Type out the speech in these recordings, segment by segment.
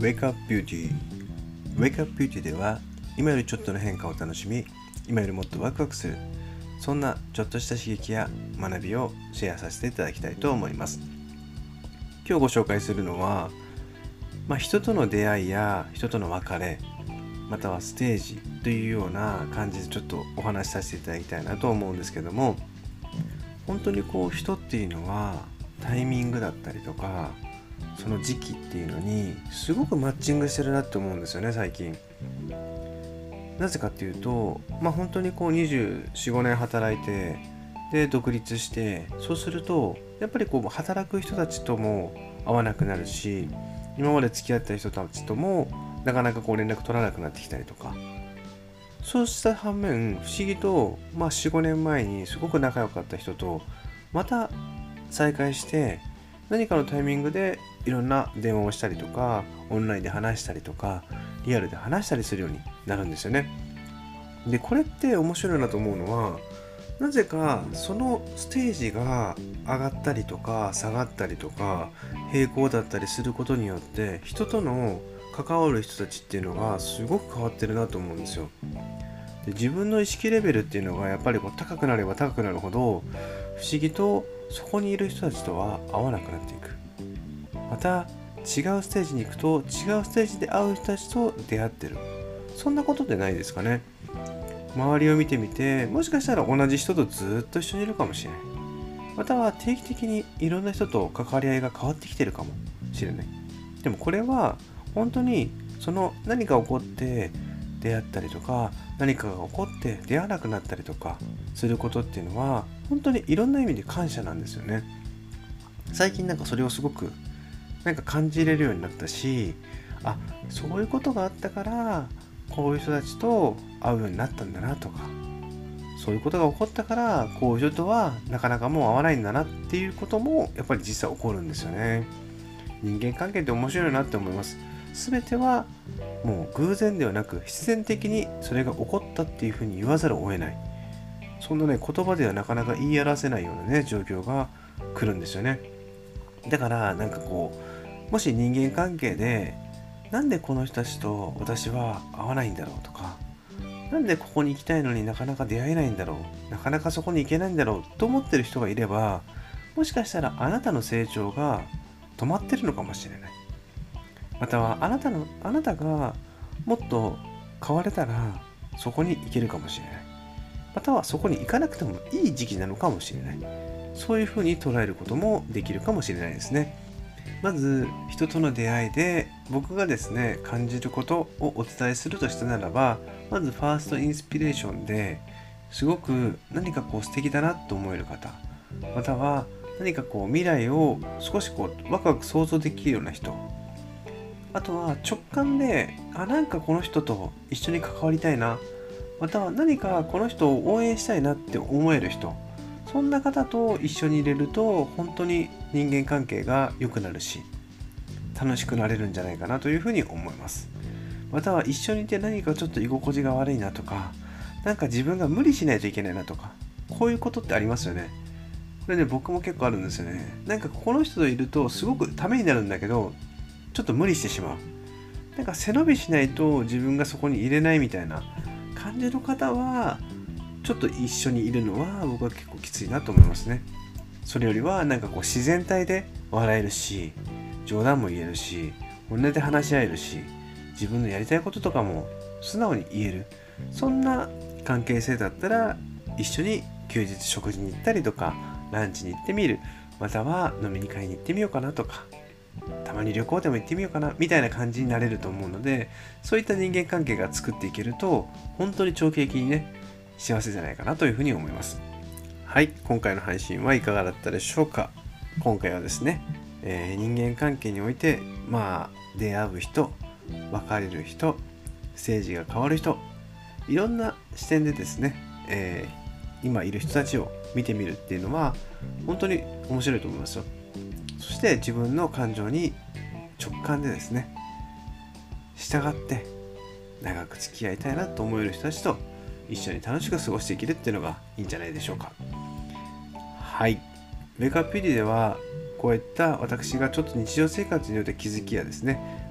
Wake Up Beauty Wake Up Beauty では今よりちょっとの変化を楽しみ、今よりもっとワクワクする、そんなちょっとした刺激や学びをシェアさせていただきたいと思います。今日ご紹介するのは、人との出会いや人との別れ、またはステージというような感じでちょっとお話しさせていただきたいなと思うんですけども、本当に人っていうのはタイミングだったりとかその時期っていうのにすごくマッチングしてるなって思うんですよね、最近。なぜかっていうと、本当に24、5年働いてで独立して、そうするとやっぱり働く人たちとも会わなくなるし、今まで付き合った人たちともなかなか連絡取らなくなってきたりとか、そうした反面不思議と、4、5年前にすごく仲良かった人とまた再会して、何かのタイミングでいろんな電話をしたりとか、オンラインで話したりとか、リアルで話したりするようになるんですよね。で、これって面白いなと思うのは、なぜかそのステージが上がったりとか下がったりとか平行だったりすることによって、人との関わる人たちっていうのがすごく変わってるなと思うんですよ。で、自分の意識レベルっていうのがやっぱり高くなれば高くなるほど、不思議とそこにいる人たちとは会わなくなっていく。また違うステージに行くと、違うステージで会う人たちと出会ってる。そんなことってないですかね。周りを見てみて、もしかしたら同じ人とずっと一緒にいるかもしれない。または定期的にいろんな人と関わり合いが変わってきてるかもしれない。でもこれは本当にその何か起こって出会ったりとか、何かが起こって出会わなくなったりとかすることっていうのは、本当にいろんな意味で感謝なんですよね。最近それをすごく感じれるようになったし、そういうことがあったからこういう人たちと会うようになったんだなとか、そういうことが起こったからこういう人とはなかなかもう会わないんだなっていうこともやっぱり実際起こるんですよね。人間関係って面白いなって思います。全てはもう偶然ではなく、必然的にそれが起こったっていうふうに言わざるを得ない、そんな言葉ではなかなか言い表せないような状況が来るんですよね。だからもし人間関係で、なんでこの人たちと私は会わないんだろうとか、なんでここに行きたいのになかなか出会えないんだろう、なかなかそこに行けないんだろうと思ってる人がいれば、もしかしたらあなたの成長が止まってるのかもしれない。またはあなたがもっと変われたらそこに行けるかもしれない。またはそこに行かなくてもいい時期なのかもしれない。そういうふうに捉えることもできるかもしれないですね。まず人との出会いで僕がですね感じることをお伝えするとしたならば、まずファーストインスピレーションですごく何か素敵だなと思える方、または何か未来を少しワクワク想像できるような人、あとは直感でなんかこの人と一緒に関わりたいな、または何かこの人を応援したいなって思える人、そんな方と一緒にいれると本当に人間関係が良くなるし楽しくなれるんじゃないかなというふうに思います。または一緒にいて何かちょっと居心地が悪いなとか、自分が無理しないといけないなとか、こういうことってありますよね。これね、僕も結構あるんですよね。この人といるとすごくためになるんだけど、ちょっと無理してしまう。背伸びしないと自分がそこに入れないみたいな感じの方は、ちょっと一緒にいるのは僕は結構きついなと思いますね。それよりは自然体で笑えるし、冗談も言えるし、本音で話し合えるし、自分のやりたいこととかも素直に言える、そんな関係性だったら一緒に休日食事に行ったりとか、ランチに行ってみる、または飲みに買いに行ってみようかなとか、たまに旅行でも行ってみようかなみたいな感じになれると思うので、そういった人間関係が作っていけると本当に長期的に幸せじゃないかなというふうに思います。はい、今回の配信はいかがだったでしょうか。今回はですね、人間関係において出会う人、別れる人、ステージが変わる人、いろんな視点でですね、今いる人たちを見てみるっていうのは本当に面白いと思いますよ。そして自分の感情に直感でですね従って長く付き合いたいなと思える人たちと一緒に楽しく過ごしていけるっていうのがいいんじゃないでしょうか。はい、ウェイクアップピリではこういった私がちょっと日常生活によって気づきやですね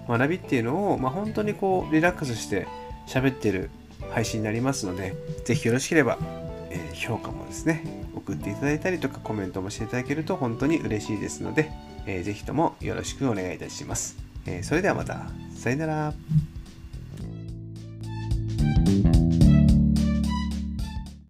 学びっていうのを、本当にこうリラックスして喋ってる配信になりますので、ぜひよろしければ、評価もですね送っていただいたりとかコメントもしていただけると本当に嬉しいですので、ぜひともよろしくお願いいたします。それではまた。さよなら。